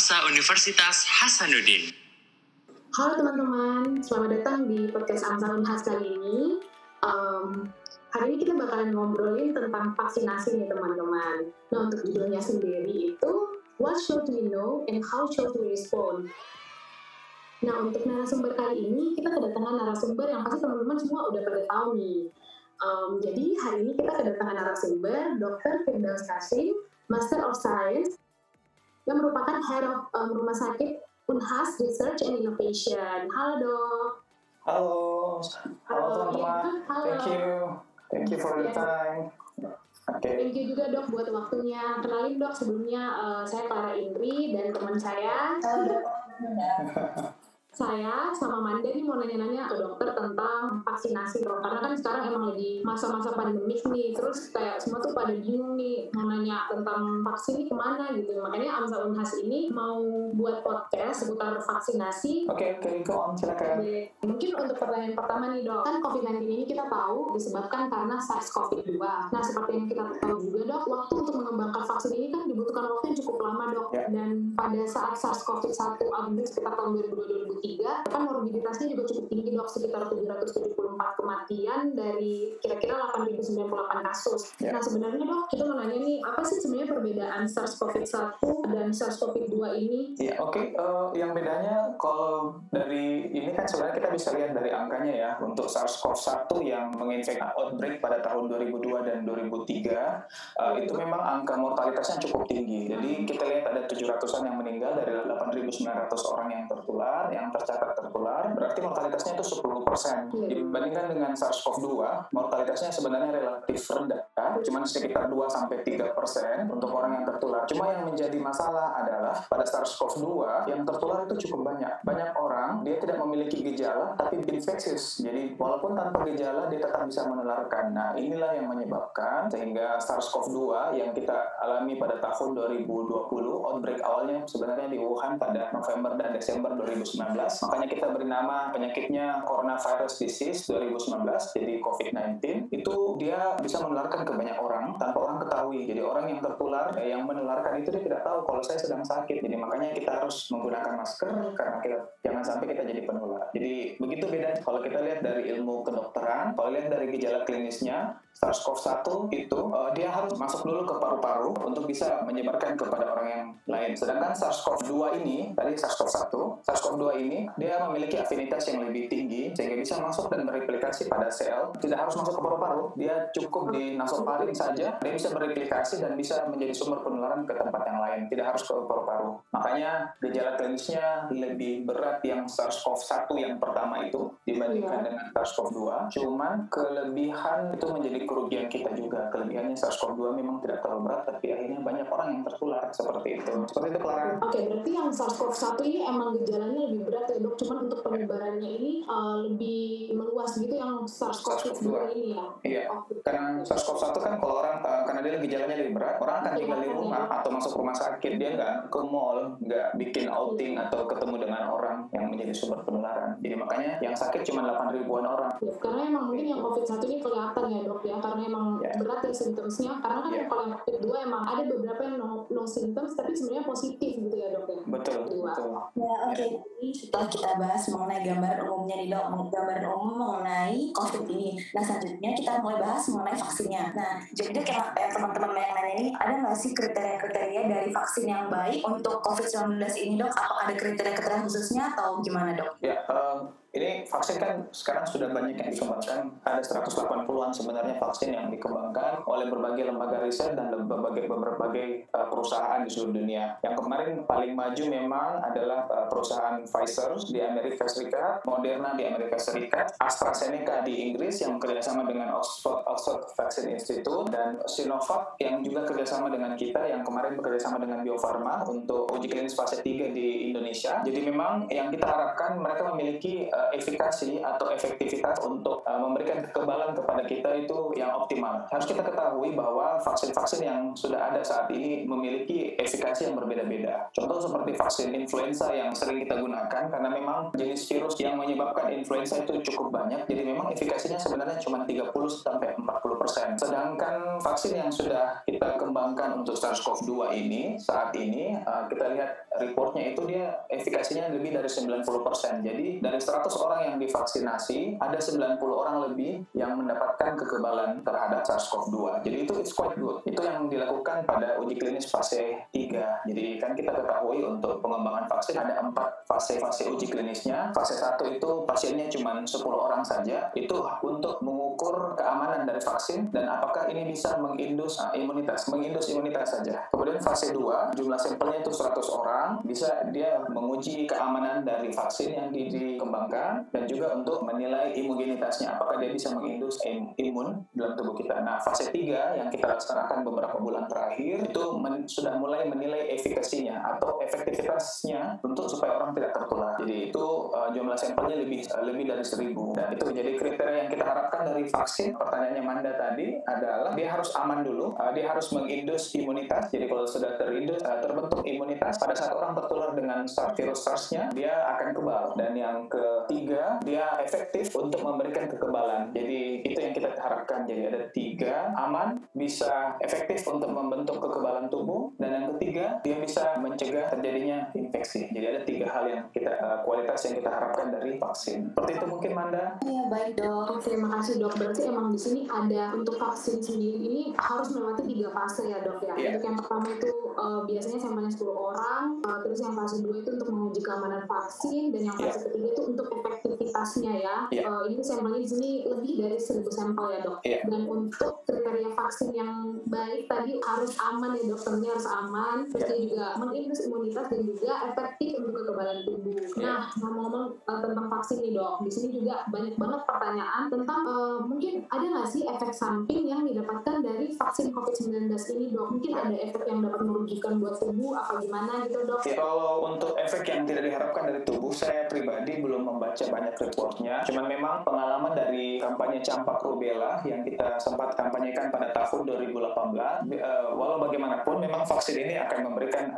AMSA Universitas Hasanuddin. Halo teman-teman, selamat datang di podcast AMSA Unhas kali ini. Hari ini kita bakalan ngobrolin tentang vaksinasi nih teman-teman. Nah, untuk judulnya sendiri itu What should we know and how should we respond? Nah, untuk narasumber kali ini kita kedatangan narasumber yang pasti teman-teman semua udah pada tahu nih. Jadi hari ini kita kedatangan narasumber Dr. Firdaus Kasim, Master of Science, yang merupakan Head of Rumah Sakit Unhas Research and Innovation. Halo dok. Halo teman-teman. Halo. Thank you for your time. Thank you juga dok buat waktunya. Kenalin dok, sebelumnya saya Clara Indri dan teman saya. Halo dok. Saya sama Manda nih mau nanya-nanya ke dokter tentang vaksinasi dok. Karena kan sekarang emang lagi masa-masa pandemik nih. Terus kayak semua tuh pada bingung nih mau nanya tentang vaksin ini kemana gitu. Makanya AMSA Unhas ini mau buat podcast seputar vaksinasi. Oke, go on, silakan. Mungkin untuk pertanyaan pertama nih dok, kan COVID-19 ini kita tahu disebabkan karena SARS-CoV-2. Nah seperti yang kita tahu juga dok, waktu untuk mengembangkan vaksin ini kan dibutuhkan waktu yang cukup lama dok. Dan pada saat SARS-CoV-1 update sekitar tahun 2002-2003, kan morbiditasnya juga cukup tinggi dok, sekitar 774 kematian dari kira-kira 8.098 kasus. Nah sebenarnya dok, kita mau nanya nih, apa sih sebenarnya perbedaan SARS-CoV-1 dan SARS-CoV-2 ini? Yang bedanya kalau dari ini kan sebenarnya kita bisa lihat dari angkanya ya. Untuk SARS-CoV-1 yang menginfeksi outbreak pada tahun 2002 dan 2003 itu memang angka mortalitasnya cukup tinggi. Jadi kita lihat ada 700-an yang meninggal dari 8.900 orang yang tertular, yang tercatat tertular, berarti mortalitasnya itu 10%. Dibandingkan dengan SARS-CoV-2, mortalitasnya sebenarnya relatif rendah, cuma sekitar 2-3% untuk orang yang tertular. Cuma yang menjadi masalah adalah pada SARS-CoV-2 yang tertular itu cukup banyak. Banyak orang dia tidak memiliki gejala tapi infeksius. Jadi walaupun tanpa gejala dia tetap bisa menularkan. Nah, inilah yang menyebabkan sehingga SARS-CoV-2 yang kita alami pada tahun 2020, outbreak awalnya sebenarnya di Wuhan pada November dan Desember 2019. Makanya kita beri nama penyakitnya Coronavirus Disease 2019, jadi COVID-19. Itu dia bisa menularkan ke banyak orang tanpa orang ketahui. Jadi orang yang tertular, yang menularkan itu dia tidak tahu kalau saya sedang sakit. Jadi makanya kita harus menggunakan masker karena kita jangan sampai kita jadi penular. Jadi begitu beda kalau kita lihat dari ilmu kedokteran. Kalau lihat dari gejala klinisnya, SARS-CoV-1 itu dia harus masuk dulu ke paru-paru untuk bisa menyebarkan kepada orang yang lain. Sedangkan SARS-CoV-2 ini, tadi SARS-CoV-2 ini dia memiliki afinitas yang lebih tinggi sehingga bisa masuk dan bereplikasi pada sel. Tidak harus masuk ke paru-paru, dia cukup di nasofaring saja, dia bisa bereplikasi dan bisa menjadi sumber penularan ke tempat yang lain, tidak harus ke paru-paru. Makanya gejala klinisnya lebih berat yang SARS-CoV-1 yang pertama itu dibandingkan dengan SARS-CoV-2. Cuman kelebihan itu menjadi kerugian kita juga. Kelebihannya SARS-CoV-2 memang tidak terlalu berat, tapi akhirnya banyak orang yang tertular seperti itu. Seperti itu, Clara. Oke, berarti yang SARS-CoV-1 ini emang gejalanya lebih berat ya dok, cuman untuk penyebarannya ini lebih meluas gitu yang SARS-CoV-2 ini ya? Iya, karena SARS-CoV-1 kan kalau orang, karena dia gejalanya lebih berat, orang akan tinggal di rumah atau masuk rumah sakit, dia nggak ke mall, nggak bikin outing atau ketemu dengan orang yang menjadi sumber penularan. Jadi makanya yang sakit cuma 8.000-an orang. Ya, karena emang mungkin yang COVID-1 ini kelihatan ya dok ya, karena emang berat ya simptomsnya. Karena kan kalau yang COVID-2 emang ada beberapa yang no symptoms tapi sebenarnya positif gitu ya dok ya. Betul. Ya oke. Setelah kita bahas mengenai gambaran umumnya nih dok, gambaran umum mengenai COVID ini. Nah selanjutnya kita mulai bahas mengenai vaksinnya. Nah jadi kayak teman-teman yang nanya ini, ada nggak sih kriteria-kriteria dari vaksin yang baik untuk COVID-19 ini dok? Apakah ada kriteria-kriteria khususnya atau gimana dok? Ya, ini vaksin kan sekarang sudah banyak yang dikembangkan. Ada 180-an sebenarnya vaksin yang dikembangkan oleh berbagai lembaga riset dan berbagai perusahaan di seluruh dunia. Yang kemarin paling maju memang adalah perusahaan Pfizer di Amerika Serikat, Moderna di Amerika Serikat, AstraZeneca di Inggris yang kerjasama dengan Oxford Vaccine Institute, dan Sinovac yang juga kerjasama dengan kita yang kemarin bekerjasama dengan Bio Farma untuk uji klinis fase 3 di Indonesia. Jadi memang yang kita harapkan mereka memiliki efikasi atau efektivitas untuk memberikan kekebalan kepada kita itu yang optimal. Harus kita ketahui bahwa vaksin-vaksin yang sudah ada saat ini memiliki efikasi yang berbeda-beda. Contoh seperti vaksin influenza yang sering kita gunakan, karena memang jenis virus yang menyebabkan influenza itu cukup banyak, jadi memang efikasinya sebenarnya cuma 30-40%. Sedangkan vaksin yang sudah kita kembangkan untuk SARS-CoV-2 ini, saat ini kita lihat reportnya itu dia efikasinya lebih dari 90%. Jadi dari 100 orang yang divaksinasi, ada 90 orang lebih yang mendapatkan kekebalan terhadap SARS-CoV-2. Jadi itu it's quite good. Itu yang dilakukan pada uji klinis fase 3. Jadi kan kita ketahui untuk pengembangan vaksin ada 4 fase uji klinisnya. Fase 1 itu pasiennya cuma 10 orang saja. Itu untuk mengukur keamanan dari vaksin dan apakah ini bisa mengindus imunitas saja. Kemudian fase 2, jumlah sampelnya itu 100 orang, bisa dia menguji keamanan dari vaksin yang dikembangkan dan juga untuk menilai imunitasnya, apakah dia bisa mengindus imun dalam tubuh kita. Nah, fase 3 yang kita laksanakan beberapa bulan terakhir itu sudah mulai menilai efikasinya atau efektivitasnya untuk supaya orang tidak tertular. Jadi itu jumlah sampelnya lebih dari 1.000. Dan itu jadi kriteria yang kita harapkan dari vaksin. Pertanyaannya Manda tadi adalah dia harus aman dulu, dia harus mengindus imunitas. Jadi kalau sudah terbentuk imunitas, pada saat orang tertular dengan virus SARS-nya, dia akan kebal. Dan yang ketiga, dia efektif untuk memberikan kekebalan. Jadi itu yang kita harapkan. Jadi ada 3, aman, bisa efektif untuk membentuk kekebalan tubuh, dan yang ketiga, dia bisa mencegah terjadinya infeksi. Jadi ada 3 hal yang kualitas yang kita harapkan dari vaksin. Seperti itu mungkin Manda. Iya, baik dok. Terima kasih dok. Berarti emang di sini ada untuk vaksin sendiri ini harus melewati 3 fase ya dok ya. Yeah. Untuk yang pertama itu biasanya sampelnya 10 orang, terus yang fase 2 itu untuk menguji keamanan vaksin, dan yang fase ketiga itu untuk efektivitasnya ya. Ini sampelnya di sini lebih dari 1.000 sampel ya dok. Dan untuk kriteria vaksin yang baik tadi harus aman ya dok, tentunya harus aman, terus dia juga mengindus imunitas dan juga efektif untuk kekebalan tubuh. Nah, ngomong-ngomong tentang vaksin nih dok, di sini juga banyak banget pertanyaan tentang mungkin ada nggak sih efek samping yang didapatkan dari vaksin COVID-19 ini dok? Mungkin ada efek yang dapat merugikan buat tubuh apa gimana gitu dok? Kalau untuk efek yang tidak diharapkan dari tubuh, saya pribadi belum membaca banyak reportnya. Cuman memang pengalaman dari kampanye campak rubella yang kita sempat kampanyekan pada tahun 2018, walau bagaimanapun memang vaksin ini akan memberikan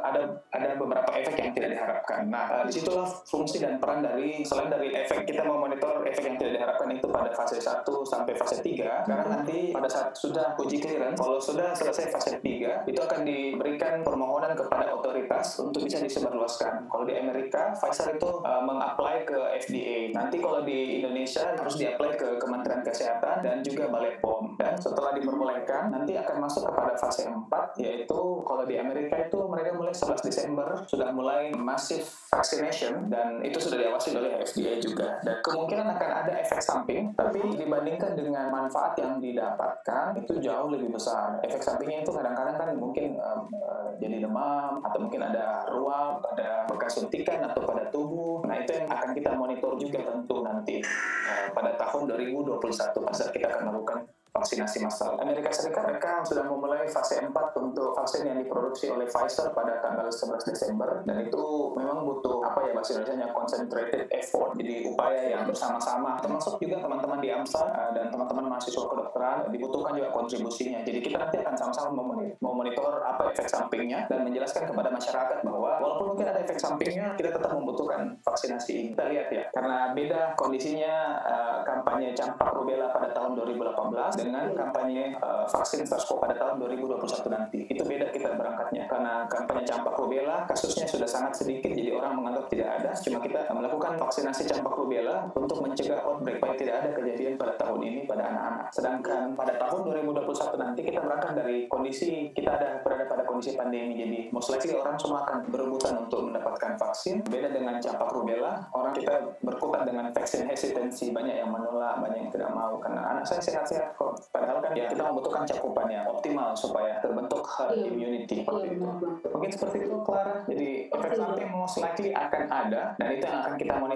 ada beberapa efek yang tidak diharapkan. Nah, disitulah fungsi dan peran selain dari efek kita memonitor efek yang tidak diharapkan itu pada fase 1 sampai fase 3, karena nanti pada saat sudah uji clearance, kalau sudah selesai fase 3, itu akan diberikan permohonan kepada otoritas untuk bisa disebarluaskan. Kalau di Amerika, Pfizer itu meng-apply ke FDA. Nanti kalau di Indonesia harus di-apply ke Kementerian Kesehatan dan juga Balai POM. Dan setelah diperbolehkan, nanti akan masuk kepada fase 4, yaitu kalau di Amerika itu mereka mulai 11 Desember sudah mulai massive vaccination, dan itu sudah diawasi oleh FDA juga. Dan kemungkinan akan ada efek samping, tapi dibandingkan dengan manfaat yang didapatkan itu jauh lebih besar. Efek sampingnya itu kadang-kadang kan mungkin jadi demam, atau mungkin ada ruam, ada bekas suntikan atau pada tubuh. Nah, itu yang akan kita monitor juga tentu nanti pada tahun 2021 pada saat kita akan melakukan vaksinasi massal. Amerika Serikat mereka sudah memulai fase 4 untuk vaksin yang diproduksi oleh Pfizer pada tanggal 11 Desember, dan itu memang butuh bahasa Indonesianya concentrated effort, jadi upaya yang bersama-sama, termasuk juga teman-teman di AMSA dan teman-teman mahasiswa kedokteran dibutuhkan juga kontribusinya. Jadi kita nanti akan sama-sama memonitor apa efek sampingnya dan menjelaskan kepada masyarakat bahwa walaupun mungkin ada efek sampingnya, kita tetap membutuhkan vaksinasi ini. Kita lihat ya, karena beda kondisinya kampanye campak rubella pada tahun 2018 dengan kampanye vaksin SARS-CoV pada tahun 2021 nanti. Itu beda kita berangkatnya. Karena kampanye campak rubella kasusnya sudah sangat sedikit, jadi orang menganggap tidak ada. Cuma kita melakukan vaksinasi campak rubella untuk mencegah outbreak supaya tidak ada kejadian pada tahun ini pada anak-anak. Sedangkan pada tahun 2021 nanti kita berangkat dari kondisi kita berada pada kondisi pandemi. Jadi most likely orang semua akan berebutan untuk mendapatkan vaksin. Beda dengan campak rubella, orang kita berkutat dengan vaksin hesitancy, banyak yang menolak, banyak yang tidak mau karena anak saya sehat-sehat kok. Padahal kan kita membutuhkan cakupannya optimal supaya terbentuk herd immunity seperti itu. Mungkin seperti itu Clara. Jadi efek samping most likely akan ada, dan itu yang akan kita monitor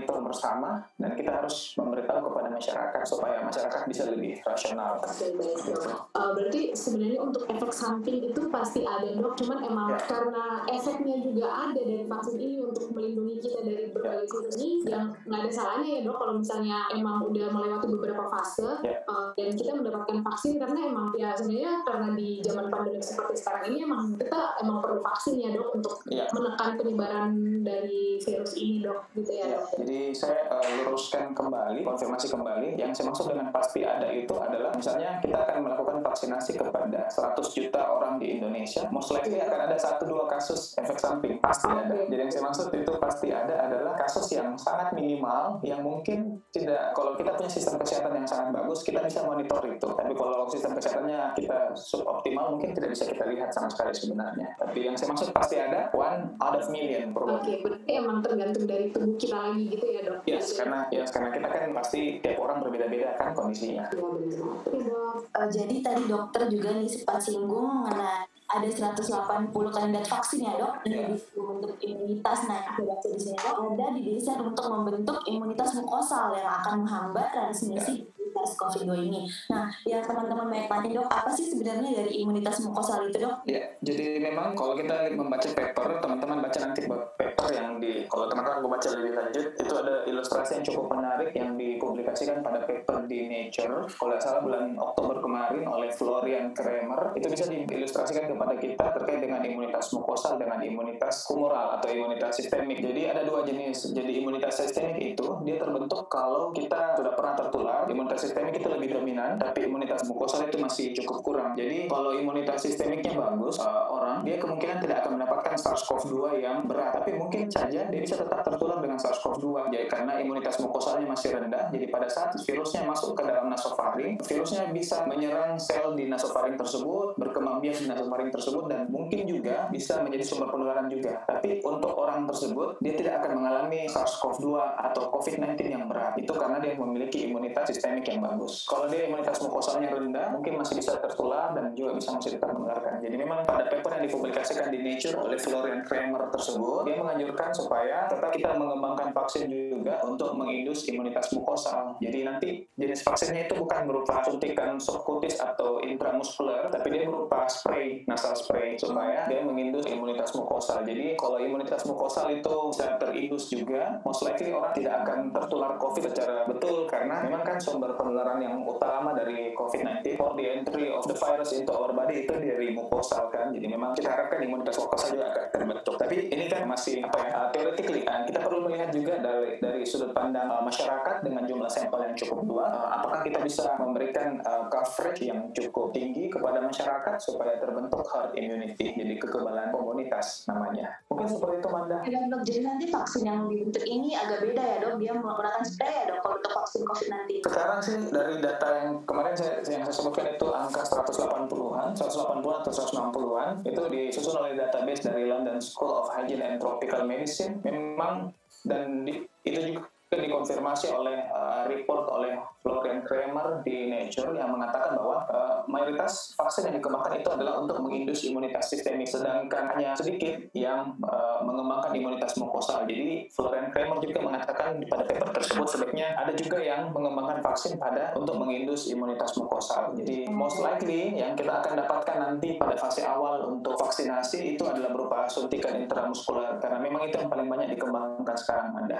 monitor bersama dan kita harus memberitahu kepada masyarakat supaya masyarakat bisa lebih rasional. Oke, baik dok. Berarti sebenarnya untuk efek samping itu pasti ada dok, cuman emang karena efeknya juga ada dari vaksin ini untuk melindungi kita dari berbagai virus ini, yang nggak ada salahnya ya dok kalau misalnya emang udah melewati beberapa fase dan kita mendapatkan vaksin, karena emang ya sebenarnya karena di zaman pandemi seperti sekarang ini emang kita emang perlu vaksin ya dok untuk menekan penyebaran dari virus ini dok, gitu ya dok. Jadi saya luruskan kembali, konfirmasi kembali, yang saya maksud dengan pasti ada itu adalah misalnya kita akan melakukan vaksinasi kepada 100 juta orang di Indonesia, most likely akan ada 1-2 kasus efek samping, pasti ada. Jadi yang saya maksud itu pasti ada adalah kasus yang sangat minimal, yang mungkin tidak, kalau kita punya sistem kesehatan yang sangat bagus, kita bisa monitor itu. Tapi kalau sistem kesehatannya kita suboptimal, mungkin tidak bisa kita lihat sama sekali sebenarnya. Tapi yang saya maksud pasti ada, 1 out of million problem. Oke, berarti emang tergantung dari tubuh kita lagi gitu ya dok? Karena kita kan pasti tiap orang berbeda-beda kan kondisinya. Iya benar. Oke dok. Jadi tadi dokter juga nih sempat singgung mengenai ada 180 kandidat vaksin ya dok yang membentuk imunitas. Nah, aku baca di sini dok, ada didesain untuk membentuk imunitas mukosal yang akan menghambat transmisi SARS-CoV-2 ini. Nah, yang teman-teman banyak tanya dok, apa sih sebenarnya dari imunitas mukosal itu dok? Ya, jadi memang kalau kita membaca paper, teman-teman baca nanti paper yang kalau teman-teman baca lebih lanjut, itu ada ilustrasi yang cukup menarik yang dipublikasikan pada paper di Nature, kalau tidak salah bulan Oktober kemarin oleh Florian Kramer. Itu bisa diilustrasikan kepada kita terkait dengan imunitas mukosal dengan imunitas humoral atau imunitas sistemik. Jadi ada 2 jenis. Jadi imunitas sistemik itu dia terbentuk kalau kita sudah pernah tertular. Imunitas sistemik itu lebih dominan, tapi imunitas mukosal itu masih cukup kurang. Jadi kalau imunitas sistemiknya bagus, orang dia kemungkinan tidak akan mendapatkan SARS-CoV-2 yang berat, tapi mungkin saja dia bisa tetap tertular dengan SARS-CoV-2. Jadi karena imunitas mukosalnya masih rendah, jadi pada saat virusnya masuk ke dalam nasofaring, virusnya bisa menyerang sel di nasofaring tersebut, berkembang biak di nasofaring tersebut, dan mungkin juga bisa menjadi sumber penularan juga. Tapi untuk orang tersebut, dia tidak akan mengalami SARS-CoV-2 atau COVID-19 yang berat. Itu karena dia memiliki imunitas sistemik yang bagus. Kalau dia imunitas mukosalnya rendah, mungkin masih bisa tertular dan juga bisa masih tetap menularkan. Jadi memang pada paper yang dipublikasikan di Nature oleh Florian Kramer tersebut, dia menganjurkan supaya tetap kita mengembangkan vaksin juga untuk mengindus imunitas mukosal. Jadi nanti jenis vaksinnya itu bukan berupa suntikan subkutis atau intramuskuler, tapi dia berupa spray, nasal spray, supaya dia mengindus imunitas mukosal. Jadi kalau imunitas mukosal itu bisa terindus juga, most likely orang tidak akan tertular COVID secara betul, karena memang kan sumber penularan yang utama dari COVID-19 for the entry of the virus into our body itu dari mukosal kan. Jadi memang kita harapkan imunitas mukosal juga akan terbentuk. Tapi ini kan masih theoretically kan. Kita perlu melihat juga dari sudut pandang masyarakat dengan jumlah sampel yang cukup luas. Apakah kita bisa memberikan coverage yang cukup tinggi kepada masyarakat supaya terbentuk herd immunity, jadi kekebalan komunitas namanya. Mungkin seperti itu Manda. Ya dok, jadi nanti vaksin yang dibentuk ini agak beda ya dok, dia menggunakan spray ya dok kalau untuk vaksin COVID-19. Sekarang sih dari data yang kemarin yang saya sebutkan itu angka 180-an atau 160-an, itu disusun oleh database dari London School of Hygiene and Tropical Medicine. Memang dan itu juga dikonfirmasi oleh report oleh Florian Kramer di Nature yang mengatakan bahwa mayoritas vaksin yang dikembangkan itu adalah untuk mengindus imunitas sistemik, sedangkan hanya sedikit yang mengembangkan imunitas mukosal. Jadi Florian Kramer juga mengatakan pada paper tersebut sebaiknya ada juga yang mengembangkan vaksin untuk mengindus imunitas mukosal. Jadi most likely yang kita akan dapatkan nanti pada fase awal untuk vaksinasi itu adalah berupa suntikan intramuskuler, karena memang itu yang paling banyak dikembangkan sekarang Anda.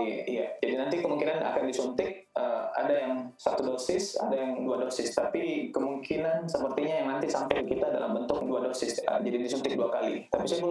Jadi nanti kemungkinan akan disuntik ada yang 1 dosis, ada yang 2 dosis, tapi kemungkinan sepertinya yang nanti sampai ke kita dalam bentuk 2 dosis, jadi disuntik 2 kali. Tapi saya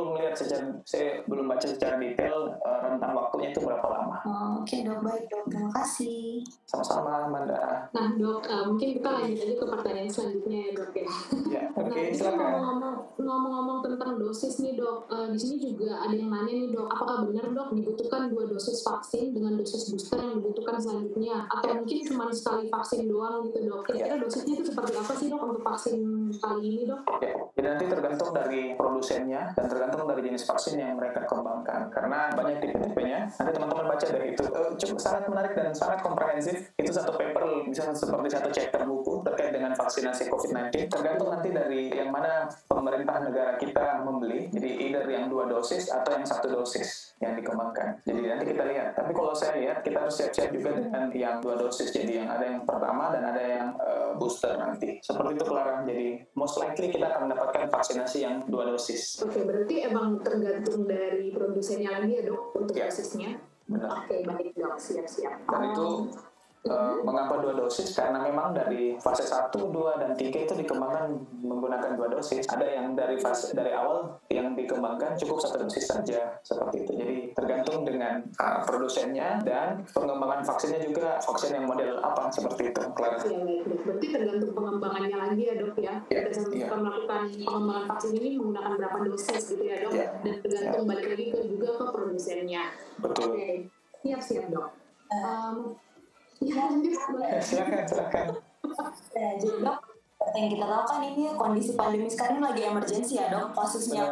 belum baca secara detail rentang waktunya itu berapa lama. Oke dok, baik dok, terima kasih. Sama-sama Manda. Nah dok, mungkin kita lanjut aja ke pertanyaan selanjutnya ya dok ya. Oke, silakan. Ngomong-ngomong tentang dosis nih dok, di sini juga ada yang nanya nih dok, apakah benar dok dibutuhkan 2 dosis vaksin dengan dosis booster yang dibutuhkan selanjutnya, atau mungkin cuma sekali vaksin doang gitu dok? Kira-kira dosisnya itu seperti apa sih dok untuk vaksin kali ini dok? Jadi nanti tergantung dari produsennya dan tergantung dari jenis vaksin yang mereka kembangkan, karena banyak tipe-tipenya. Nanti teman-teman baca dari itu, cukup sangat menarik dan sangat komprehensif. Itu satu paper bisa seperti satu chapter buku terkait dengan vaksinasi COVID-19. Tergantung nanti dari yang mana pemerintah negara kita membeli, jadi either yang 2 dosis atau yang 1 dosis yang dikembangkan. Jadi nanti kita lihat. Tapi kalau saya lihat kita harus siap-siap juga dengan yang 2 dosis. Jadi yang ada yang pertama dan ada yang booster nanti. Seperti itu Clara. Jadi most likely kita akan mendapatkan vaksinasi yang 2 dosis. Oke, berarti emang tergantung dari produsennya lagi ya dok untuk dosisnya. Benar. Oke, baik dok, siap-siap. Dan itu mengapa 2 dosis? Karena memang dari fase 1, 2, dan 3 itu dikembangkan menggunakan 2 dosis. Ada yang dari awal yang dikembangkan cukup 1 dosis saja, seperti itu. Jadi tergantung dengan produsennya dan pengembangan vaksinnya juga, vaksin yang model apa, seperti itu. Clara. Iya, baik dok. Berarti tergantung pengembangannya lagi ya dok ya. Pada saat kita melakukan pengembangan vaksin ini menggunakan berapa dosis gitu ya dok. Dan tergantung balik lagi juga ke produsennya. Betul. Oke, siap dok. Silakan. Jadi dok, yang kita tahu kan ini kondisi pandemi sekarang lagi emergency ya dok, kasusnya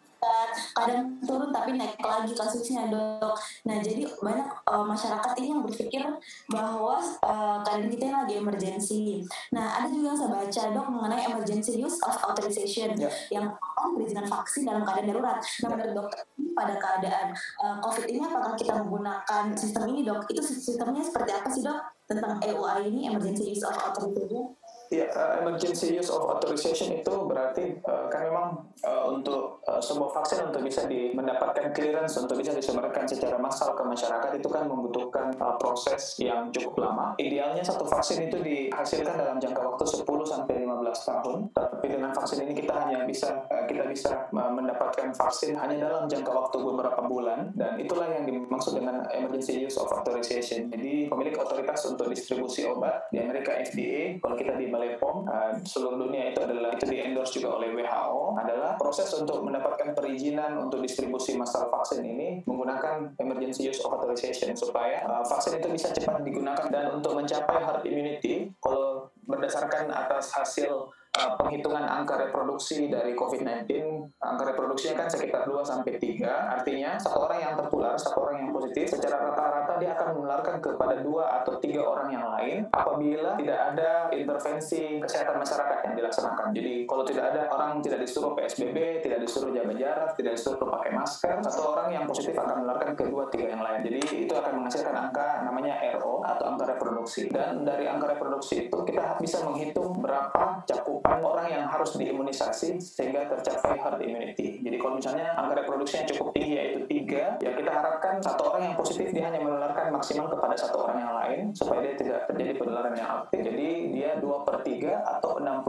kadang turun tapi naik lagi kasusnya dok. Nah jadi banyak masyarakat ini yang berpikir bahwa keadaan kita yang lagi emergency. Nah ada juga yang saya baca dok mengenai emergency use of authorization yang perizinan vaksin dalam keadaan darurat. Nah menurut dokter pada keadaan COVID ini apakah kita menggunakan sistem ini dok? Itu sistemnya seperti apa sih dok tentang EUA ini, emergency use of authorization? Ya, emergency use of authorization itu berarti kan memang untuk sebuah vaksin untuk bisa mendapatkan clearance untuk bisa disebarkan secara massal ke masyarakat itu kan membutuhkan proses yang cukup lama. Idealnya satu vaksin itu dihasilkan dalam jangka waktu 10 sampai 15 tahun. Tapi dengan vaksin ini kita bisa mendapatkan vaksin hanya dalam jangka waktu beberapa bulan, dan itulah yang dimaksud dengan emergency use of authorization. Jadi pemilik otoritas untuk distribusi obat di Amerika FDA, kalau kita di BPOM seluruh dunia itu di-endorse juga oleh WHO, adalah proses untuk mendapatkan perizinan untuk distribusi massal vaksin ini menggunakan emergency use of authorization supaya vaksin itu bisa cepat digunakan. Dan untuk mencapai herd immunity, kalau berdasarkan atas hasil penghitungan angka reproduksi dari COVID-19, angka reproduksinya kan sekitar 2-3, artinya satu orang yang tertular, satu orang yang positif, secara rata-rata dia akan menularkan kepada 2 atau 3 orang yang lain apabila tidak ada intervensi kesehatan masyarakat yang dilaksanakan. Jadi kalau tidak ada, orang tidak disuruh PSBB, tidak disuruh jaga jarak, tidak disuruh pakai masker, satu orang yang positif akan menularkan ke 2-3 yang lain. Jadi itu akan menghasilkan angka namanya RO atau angka reproduksi. Dan dari angka reproduksi itu kita bisa menghitung berapa cakupan orang yang harus diimunisasi sehingga tercapai herd immunity. Jadi kalau misalnya angka reproduksinya cukup tinggi yaitu 3, ya kita harapkan satu orang yang positif dia hanya menularkan maksimal kepada satu orang yang lain supaya dia tidak terjadi penularan yang aktif. Jadi dia 2/3 atau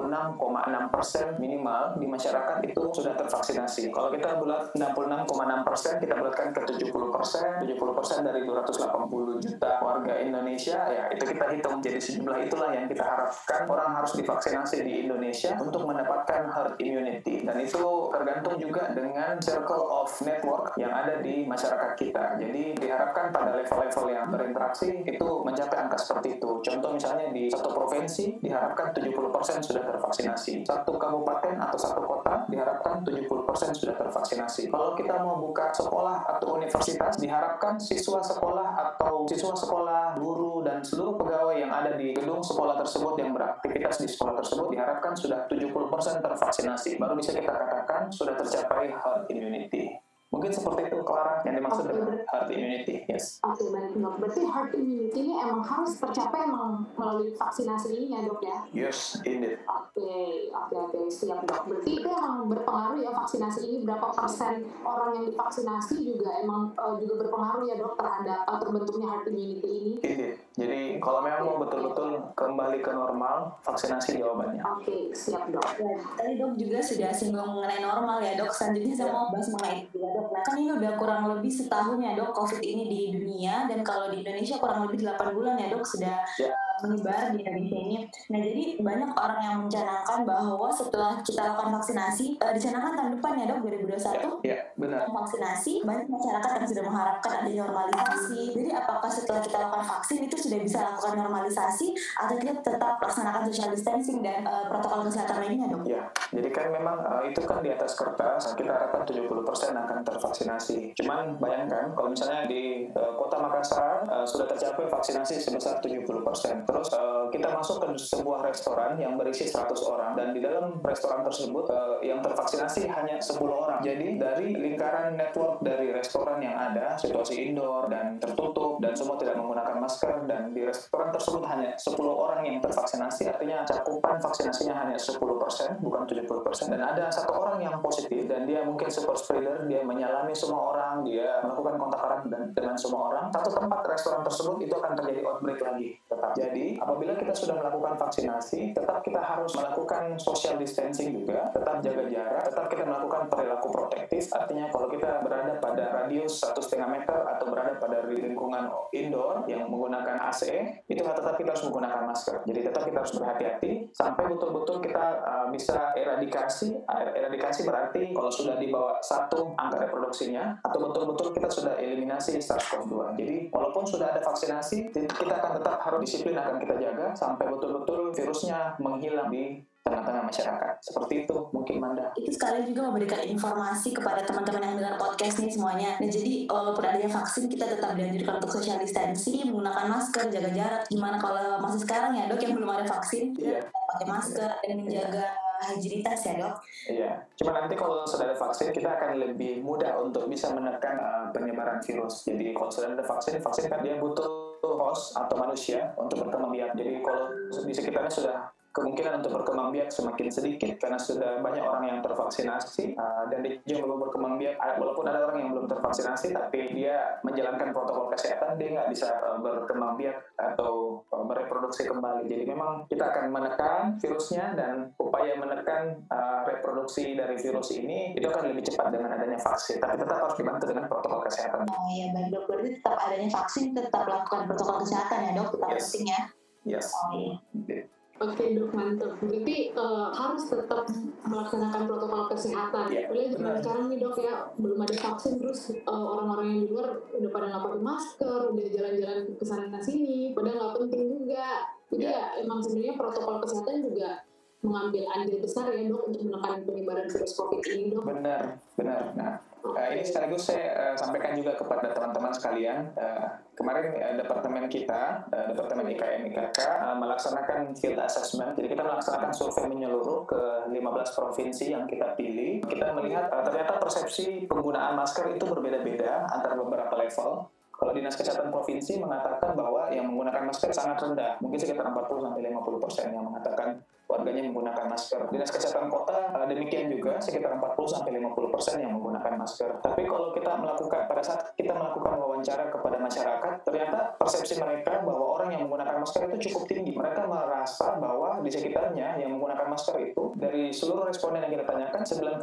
66,6% minimal di masyarakat itu sudah tervaksinasi. Kalau kita bulat 66,6%, kita bulatkan ke 70% dari 280 juta warga Indonesia, ya itu kita hitung. Jadi sejumlah itulah yang kita harapkan orang harus divaksinasi di Indonesia untuk mendapatkan herd immunity. Dan itu tergantung juga dengan circle of network yang ada di masyarakat kita. Jadi diharapkan pada level-level yang berinteraksi itu mencapai angka seperti itu. Contoh misalnya di satu provinsi diharapkan 70% sudah tervaksinasi. Satu kabupaten atau satu kota diharapkan 70% sudah tervaksinasi. Kalau kita mau buka sekolah atau universitas, diharapkan siswa sekolah, guru, dan seluruh pegawai yang ada di gedung sekolah tersebut yang beraktivitas di sekolah tersebut diharapkan sudah 70% tervaksinasi. Baru bisa kita katakan sudah tercapai herd immunity. Mungkin seperti itu, Clara, yang dimaksud dengan herd immunity. Yes. Oke, baik dok. Berarti herd immunity ini emang harus tercapai melalui vaksinasi ini ya dok ya? Yes, indeed. Oke, siap dok. Berarti itu emang berpengaruh ya vaksinasi ini, berapa persen orang yang divaksinasi juga emang juga berpengaruh ya dok terhadap terbentuknya herd immunity ini? Indeed. Jadi kalau memang mau betul-betul kembali ke normal, vaksinasi jawabannya. Oke, siap dok. Ya, tadi dok juga sudah singgung mengenai normal ya dok. Selanjutnya saya mau bahas mengenai itu ya dok. Nah kan ini udah kurang lebih setahun ya dok COVID ini di dunia, dan kalau di Indonesia kurang lebih 8 bulan ya dok sudah menyebar di Indonesia ini. Nah jadi banyak orang yang mencanangkan bahwa setelah kita lakukan vaksinasi, dicanangkan tahun depan ya dok 2021. Ya, benar. Vaksinasi, banyak masyarakat yang sudah mengharapkan adanya normalisasi. Jadi apakah setelah kita lakukan vaksin itu sudah bisa lakukan normalisasi atau kita tetap laksanakan social distancing dan protokol kesehatan lainnya dok? Ya, jadi kan memang itu kan di atas kertas kita harapkan 70% akan tervaksinasi. Cuman bayangkan kalau misalnya di Kota Makassar sudah tercapai vaksinasi sebesar 70%. Terus kita masuk ke sebuah restoran yang berisi 100 orang, dan di dalam restoran tersebut yang tervaksinasi hanya 10 orang. Jadi dari lingkaran network dari restoran yang ada, situasi indoor dan tertutup dan semua tidak menggunakan masker, dan di restoran tersebut hanya 10 orang yang tervaksinasi, artinya cakupan vaksinasinya hanya 10%, bukan 70%, dan ada satu orang yang positif dan dia mungkin super spreader, dia menyalami semua orang, dia melakukan kontak erat dengan semua orang. Satu tempat restoran tersebut itu akan terjadi outbreak lagi tetap. Jadi apabila kita sudah melakukan vaksinasi, tetap kita harus melakukan social distancing juga, tetap jaga jarak, tetap kita melakukan perilaku protektif, artinya kalau kita berada pada radius 1,5 meter atau berada pada lingkungan indoor yang menggunakan AC, itu tetap kita harus menggunakan masker. Jadi tetap kita harus berhati-hati sampai betul-betul kita bisa eradikasi berarti kalau sudah di bawah 1 angka reproduksinya, atau betul-betul kita sudah eliminasi SARS-CoV-2. Jadi walaupun sudah ada vaksinasi, kita akan tetap harus disiplin, akan kita jaga sampai betul-betul virusnya menghilang di tengah-tengah masyarakat. Seperti itu mungkin, Manda. Itu sekalian juga memberikan informasi kepada teman-teman yang dengar podcast nih semuanya. Nah, jadi walaupun adanya vaksin, kita tetap dianjurkan untuk social distancing, menggunakan masker, jaga jarak. Gimana kalau masih sekarang ya, Dok, yang belum ada vaksin, kita pakai masker dan menjaga higienitas ya, Dok? Iya, cuma nanti kalau sudah ada vaksin, kita akan lebih mudah untuk bisa menekan penyebaran virus. Jadi kalau sudah ada vaksin kan dia butuh host atau manusia untuk berkembang biak. Jadi kalau di sekitarnya sudah, kemungkinan untuk berkembang biak semakin sedikit karena sudah banyak orang yang tervaksinasi, dan dia juga belum berkembang biak. Walaupun ada orang yang belum tervaksinasi tapi dia menjalankan protokol kesehatan, dia nggak bisa berkembang biak atau bereproduksi kembali. Jadi memang kita akan menekan virusnya, dan upaya menekan reproduksi dari virus ini itu akan lebih cepat dengan adanya vaksin, tapi tetap harus dibantu dengan protokol kesehatan. Oh iya, baik, Dok. Berarti tetap adanya vaksin, tetap lakukan protokol kesehatan ya, Dok? Tetap penting ya? Yes. Oh iya. Oke, Dok, mantap. Berarti harus tetap melaksanakan protokol kesehatan. Boleh zaman sekarang nih, Dok, ya belum ada vaksin, terus orang-orang yang di luar udah pada nggak pakai masker, udah jalan-jalan ke sana sini, padahal nggak penting juga. Jadi ya emang sebenarnya protokol kesehatan juga mengambil andil besar ya, Dok, untuk menekan penyebaran virus COVID ini, Dok. Benar. Nah, ini sekaligus saya sampaikan juga kepada teman-teman sekalian. Kemarin departemen kita, departemen IKM IKK melaksanakan field assessment. Jadi kita melaksanakan survei menyeluruh ke 15 provinsi yang kita pilih. Kita melihat ternyata persepsi penggunaan masker itu berbeda-beda antara beberapa level. Kalau Dinas Kesehatan Provinsi mengatakan bahwa yang menggunakan masker sangat rendah, mungkin sekitar 40-50% yang mengatakan warganya menggunakan masker. Dinas Kesehatan Kota demikian juga, sekitar 40-50% yang menggunakan masker. Tapi kalau pada saat kita melakukan wawancara kepada masyarakat, ternyata persepsi mereka bahwa orang yang menggunakan masker itu cukup tinggi. Mereka merasa bahwa di sekitarnya yang menggunakan masker itu, dari seluruh responden yang kita tanyakan,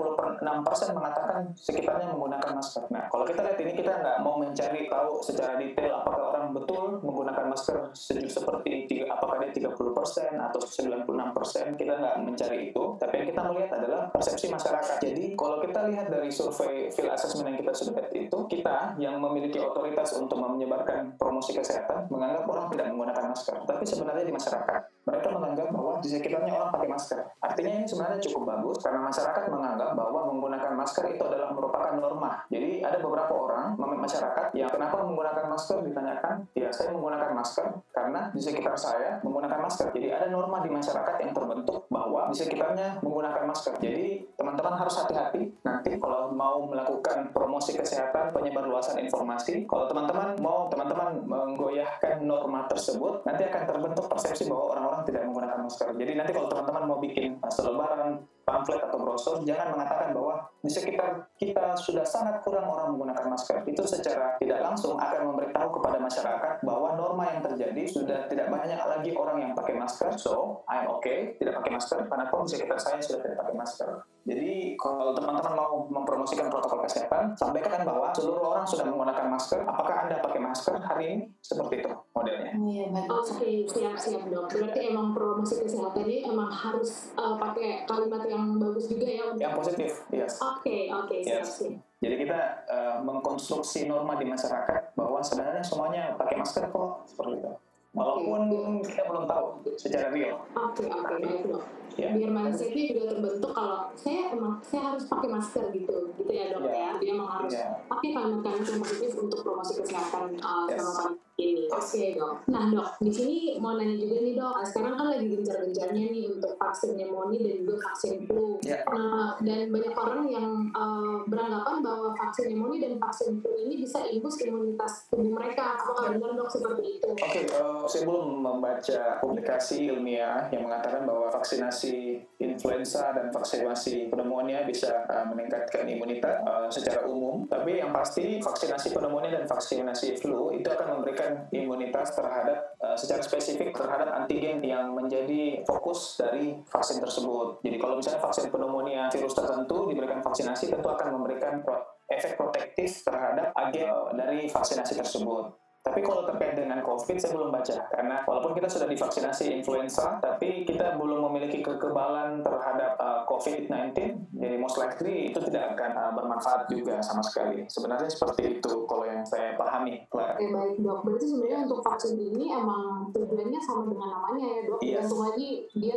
96% mengatakan sekitarnya menggunakan masker. Nah, kalau kita lihat ini, kita nggak mau mencari tahu secara detail apakah orang betul menggunakan masker seperti apakah dia 30% atau 96%, kita nggak mencari itu, tapi yang kita melihat adalah persepsi masyarakat. Jadi kalau kita lihat dari survei field assessment yang kita sudah lihat itu, kita yang memiliki otoritas untuk menyebarkan promosi kesehatan menganggap orang tidak menggunakan masker, tapi sebenarnya di masyarakat mereka menganggap bahwa di sekitarnya orang pakai masker. Artinya ini sebenarnya cukup bagus karena masyarakat menganggap bahwa menggunakan masker itu adalah merupakan norma. Jadi ada beberapa orang masyarakat yang kenapa menggunakan masker ditanyakan, ya saya menggunakan masker karena di sekitar saya menggunakan masker. Jadi ada norma di masyarakat yang terbentuk bahwa di sekitarnya menggunakan masker. Jadi teman-teman harus hati-hati nanti kalau mau melakukan promosi kesehatan, penyebarluasan informasi. Kalau teman-teman menggoyahkan norma tersebut, nanti akan terbentuk persepsi bahwa orang-orang tidak menggunakan masker. Jadi nanti kalau teman-teman mau bikin selebaran, pamflet atau brosur, jangan mengatakan bahwa di sekitar kita sudah sangat kurang orang menggunakan masker. Itu secara tidak langsung akan memberitahu kepada masyarakat bahwa norma yang terjadi sudah tidak banyak lagi orang yang pakai masker. So, I'm okay tidak pakai masker karena di sekitar saya sudah tidak pakai masker. Jadi kalau teman-teman mau mempromosikan protokol kesehatan, sampaikan bahwa seluruh orang sudah menggunakan masker. Apakah Anda pakai masker hari ini? Seperti itu modelnya. Oke, siap Dok. Berarti emang promosi kesehatan ini emang harus pakai kalimat yang bagus juga ya? Yang positif, yes. Oke, siap. Jadi kita mengkonstruksi norma di masyarakat bahwa sebenarnya semuanya pakai masker kok, seperti itu. walaupun kita belum tahu secara real. Oke, baik dok. Biar mindsetnya juga terbentuk kalau saya harus pakai masker gitu ya dok ya. Dia memang harus pakai kalimat-kalimat yang positif untuk promosi kesehatan selama pandemi ini. Oke dok. Nah dok, di sini mau nanya juga nih dok. Sekarang kan lagi gencar-gencarnya nih untuk vaksin pneumonia dan juga vaksin flu. Dan banyak orang yang beranggapan bahwa vaksin pneumonia dan vaksin flu ini bisa imbus imunitas tubuh mereka. Apakah benar dok seperti itu? Oke, saya belum membaca publikasi ilmiah yang mengatakan bahwa vaksinasi influenza dan vaksinasi pneumonia bisa meningkatkan imunitas secara umum. Tapi yang pasti vaksinasi pneumonia dan vaksinasi flu itu akan memberikan imunitas terhadap secara spesifik terhadap antigen yang menjadi fokus dari vaksin tersebut. Jadi kalau misalnya vaksin pneumonia virus tertentu diberikan vaksinasi, tentu akan memberikan efek protektif terhadap agen dari vaksinasi tersebut. Tapi kalau terkait dengan COVID, saya belum baca. Karena walaupun kita sudah divaksinasi influenza, tapi kita belum memiliki kekebalan terhadap COVID-19, jadi most likely itu tidak akan bermanfaat juga sama sekali. Sebenarnya seperti itu kalau yang saya pahami. Oke, baik dok. Berarti sebenarnya untuk vaksin ini emang tujuannya sama dengan namanya ya dok. Tergantung lagi dia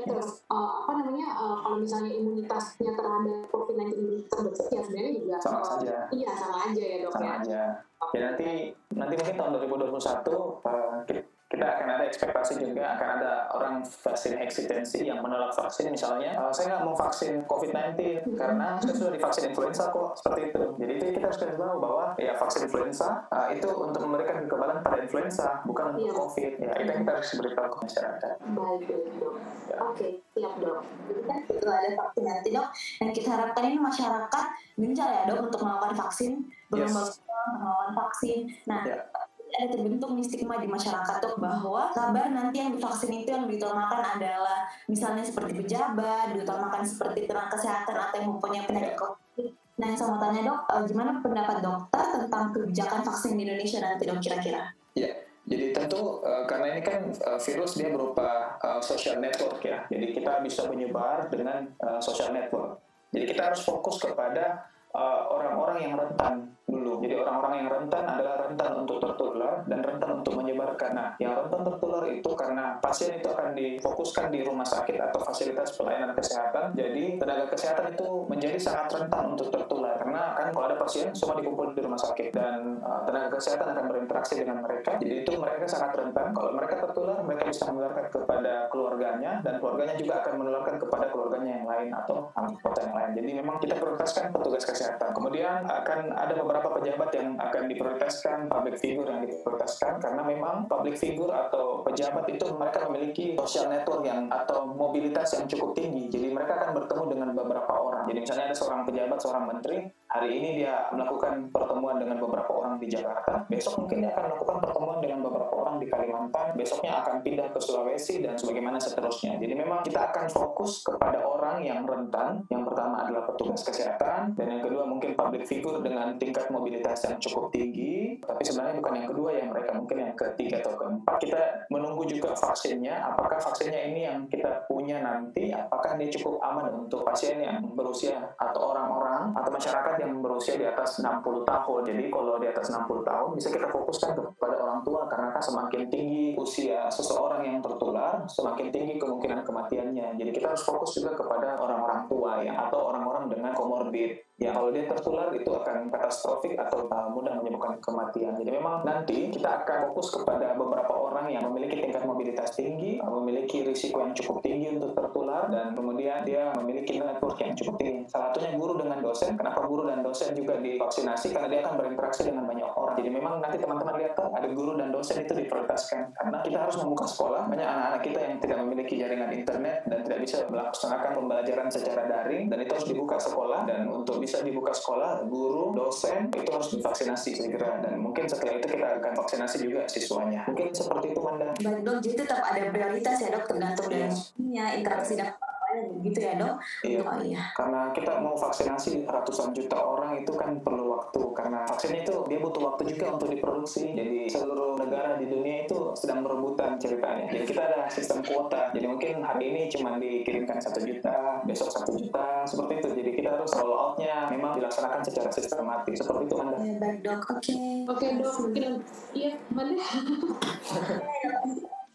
kalau misalnya imunitasnya terhadap COVID-19 ini terbentuk ya sebenarnya juga sama saja. Iya, sama aja ya dok. Sama aja. Ya nanti mungkin tahun 2021 kita akan ada ekspektasi juga akan ada orang vaksin hesitancy yang menolak vaksin misalnya. Saya nggak mau vaksin COVID-19 karena saya sudah divaksin influenza kok, seperti itu. Jadi itu kita harus tahu bahwa ya vaksin influenza itu untuk memberikan kekebalan pada influenza, bukan untuk COVID. Ya itu yang kita harus beritahu ke masyarakat. Baik dok. Oke, siap dok. Jadi kan itu ada vaksinasi dok, dan kita harapkan ini masyarakat gencar ya dok untuk melakukan vaksin, melakukan vaksin. Nah, ada terbentuk nih stigma di masyarakat dok bahwa kabar nanti yang divaksin itu yang diutamakan adalah misalnya seperti pejabat, diutamakan seperti tenaga kesehatan atau yang mempunyai penyakit COVID. Nah, yang saya mau tanya dok, gimana pendapat dokter tentang kebijakan vaksin di Indonesia nanti dok kira-kira? Ya. Jadi tentu karena ini kan virus dia berupa social network ya. Jadi kita bisa menyebar dengan social network. Jadi kita harus fokus kepada orang-orang yang rentan dulu. Jadi orang-orang yang rentan adalah rentan untuk tertular dan rentan untuk menyebarkan. Nah, yang rentan tertular itu karena pasien itu akan difokuskan di rumah sakit atau fasilitas pelayanan kesehatan. Jadi tenaga kesehatan itu menjadi sangat rentan untuk tertular karena kan kalau ada pasien semua dikumpul di rumah sakit dan tenaga kesehatan akan berinteraksi dengan mereka. Jadi itu mereka sangat rentan. Kalau mereka tertular, mereka bisa menularkan kepada keluarganya dan keluarganya juga akan menularkan kepada keluarganya yang lain atau anggota yang lain. Jadi memang kita prioritaskan petugas kesehatan. Kemudian akan ada beberapa pejabat yang akan diprioritaskan, public figure yang diprioritaskan karena memang public figure atau pejabat itu mereka memiliki social network atau mobilitas yang cukup tinggi. Jadi mereka akan bertemu dengan beberapa orang. Jadi misalnya ada seorang pejabat, seorang menteri, hari ini dia melakukan pertemuan dengan beberapa orang di Jakarta, besok mungkin dia akan melakukan pertemuan dengan beberapa orang di Kalimantan, besoknya akan pindah ke Sulawesi dan sebagaimana seterusnya. Jadi memang kita akan fokus kepada orang yang rentan. Yang pertama adalah petugas kesehatan dan yang kedua mungkin public figure dengan tingkat mobilitas yang cukup tinggi. Tapi sebenarnya bukan yang kedua ya, mereka mungkin yang ketiga atau keempat. Kita menunggu juga vaksinnya, apakah vaksinnya ini yang kita punya nanti, apakah dia cukup aman untuk pasien yang berusia atau orang-orang atau masyarakat yang berusia di atas 60 tahun. Jadi kalau di atas 60 tahun bisa kita fokuskan kepada orang tua karena kan semakin tinggi usia seseorang yang tertular, semakin tinggi kemungkinan kematiannya. Jadi kita harus fokus juga kepada orang-orang tua ya atau orang-orang dengan komorbid. Ya kalau dia tertular itu akan katastrofik atau mudah menyebabkan kematian. Jadi memang nanti kita akan fokus kepada beberapa orang yang memiliki tingkat mobilitas tinggi, memiliki risiko yang cukup tinggi untuk tertular dan kemudian dia memiliki network yang cukup tinggi. Salah satunya guru dengan dosen. Kenapa guru dan dosen juga divaksinasi? Karena dia akan berinteraksi dengan banyak orang. Jadi memang nanti teman-teman lihat kan ada guru dan dosen itu diprioritaskan karena kita harus membuka sekolah. Banyak anak-anak kita yang tidak memiliki jaringan internet dan tidak bisa melaksanakan pembelajaran secara daring dan itu harus dibuka sekolah dan untuk bisa dibuka sekolah, guru, dosen itu harus divaksinasi segera dan mungkin setelah itu kita akan vaksinasi juga siswanya. Mungkin seperti itu Manda. Baik dok, jadi tetap ada prioritas ya dok tergantung dari interaksi dan begitu ya dok. Iya. Karena kita mau vaksinasi ratusan juta orang itu kan perlu waktu karena vaksin itu dia butuh waktu juga untuk diproduksi. Jadi seluruh negara di dunia itu sedang berebutan ceritanya. Jadi kita ada sistem kuota. Jadi mungkin hari ini cuma dikirimkan 1 juta, besok 1 juta, seperti itu. Jadi kita harus roll out-nya memang dilaksanakan secara sistematis. Seperti itu Manda. Ya, baik dok, oke dok, mungkin iya Manda.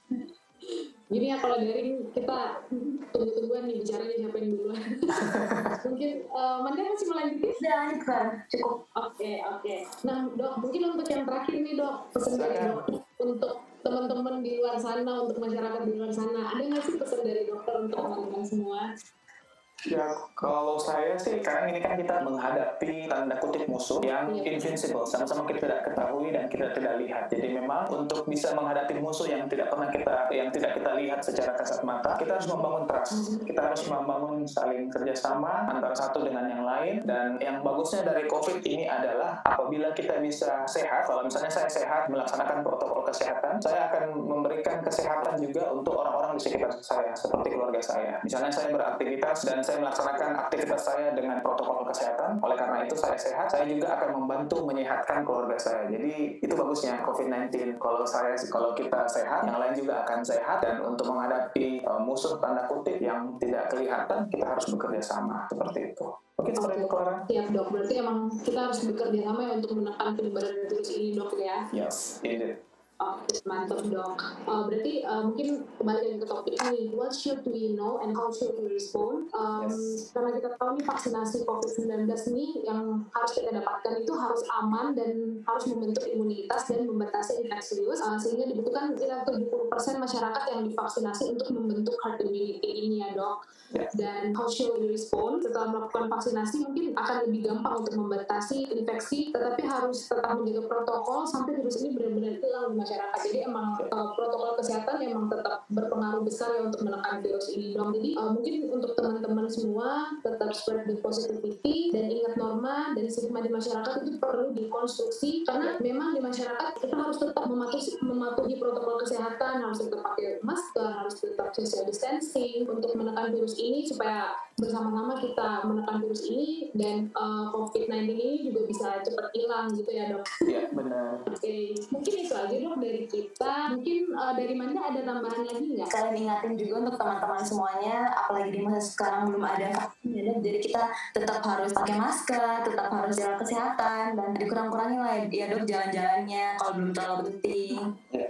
Gini ya, kalau daring kita tunggu-tungguan nih bicaranya siapa yang duluan. Mungkin Manda masih melanjutin? Udah lanjut kan? Cukup. Oke. Nah dok, mungkin untuk yang terakhir nih dok, pesan dari dok untuk teman-teman di luar sana, untuk masyarakat di luar sana, ada nggak sih pesan dari dokter untuk teman-teman semua? Ya, kalau saya sih, karena ini kan kita menghadapi tanda kutip musuh yang invincible, sama-sama kita tidak ketahui dan kita tidak lihat. Jadi memang untuk bisa menghadapi musuh yang tidak kita lihat secara kasat mata, kita harus membangun trust. Kita harus membangun saling kerjasama antara satu dengan yang lain. Dan yang bagusnya dari COVID ini adalah apabila kita bisa sehat. Kalau misalnya saya sehat melaksanakan protokol kesehatan, saya akan memberikan kesehatan juga untuk orang-orang di sekitar saya, seperti keluarga saya. Misalnya saya beraktivitas dan saya melaksanakan aktivitas saya dengan protokol kesehatan. Oleh karena itu saya sehat, saya juga akan membantu menyehatkan keluarga saya. Jadi itu bagusnya COVID-19. Kalau kita sehat, yang lain juga akan sehat. Dan untuk menghadapi musuh tanda kutip yang tidak kelihatan, kita harus bekerja sama seperti itu. Oke, seperti itu Clara. Siap dok, berarti emang kita harus bekerja sama ya untuk menekan penyebaran virus ini dok ya. Yes, indeed. Oke, mantap dok. Berarti mungkin kembali lagi ke topik ini, what should we know and how should we respond? Karena kita tahu nih vaksinasi COVID-19 ini yang harus kita dapatkan itu harus aman dan harus membentuk imunitas dan membatasi infeksius, sehingga dibutuhkan kira 70% masyarakat yang divaksinasi untuk membentuk herd immunity ini ya dok. Dan how should we respond? Setelah melakukan vaksinasi mungkin akan lebih gampang untuk membatasi infeksi, tetapi harus tetap menjaga protokol sampai virus ini benar-benar hilang di masyarakat. Jadi emang protokol kesehatan emang tetap berpengaruh besar ya untuk menekan virus ini dong. Jadi mungkin untuk teman-teman semua tetap spread the positivity dan ingat norma dan stigma di masyarakat itu perlu dikonstruksi, karena memang di masyarakat kita harus tetap mematuhi protokol kesehatan, harus tetap pakai masker, harus tetap social distancing untuk menekan virus ini supaya bersama-sama kita menekan virus ini dan COVID-19 ini juga bisa cepat hilang gitu ya dok. Iya benar. Oke, mungkin itu aja dok dari kita. Mungkin dari Manda ada tambahan lagi nggak? Kalian ingatin juga untuk teman-teman semuanya, apalagi di masa sekarang belum ada vaksin ya, jadi kita tetap harus pakai masker, tetap harus jaga kesehatan, dan dikurang-kurangi lah ya dok jalan-jalannya kalau belum terlalu penting.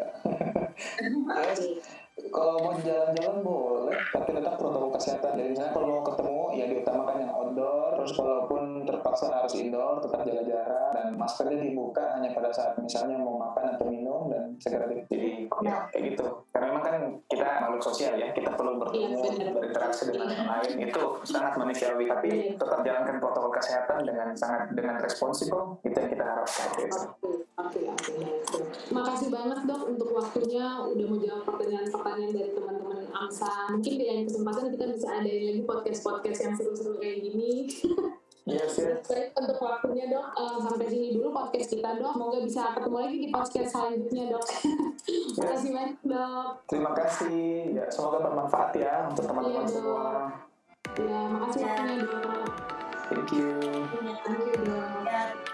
Kalau mau jalan-jalan boleh, tapi tetap protokol kesehatan. Jadi misalnya kalau mau ketemu, ya diutamakan yang outdoor. Terus kalaupun terpaksa harus indoor, tetap jaga jarak. Dan maskernya dibuka hanya pada saat misalnya mau makan atau minum, dan segera jadi ya kayak gitu. Karena memang kan kita makhluk sosial ya, kita perlu bertemu, berinteraksi dengan yang lain. Itu sangat manusiawi, tapi tetap jalankan protokol kesehatan dengan responsibel. Itu yang kita harapkan. Oke. Makasih banget dok untuk waktunya, udah mau jawab pertanyaan dari teman-teman AMSA. Mungkin di lain kesempatan kita bisa adain lagi podcast yang seru-seru kayak gini. Yes. Baik, untuk waktunya dok, sampai sini dulu podcast kita dok. Semoga bisa ketemu lagi di podcast selanjutnya dok. Terima kasih banyak dok. Terima kasih. Ya, semoga bermanfaat ya untuk teman-teman semua. Ya, makasih waktunya dok. Thank you. Thank you dok.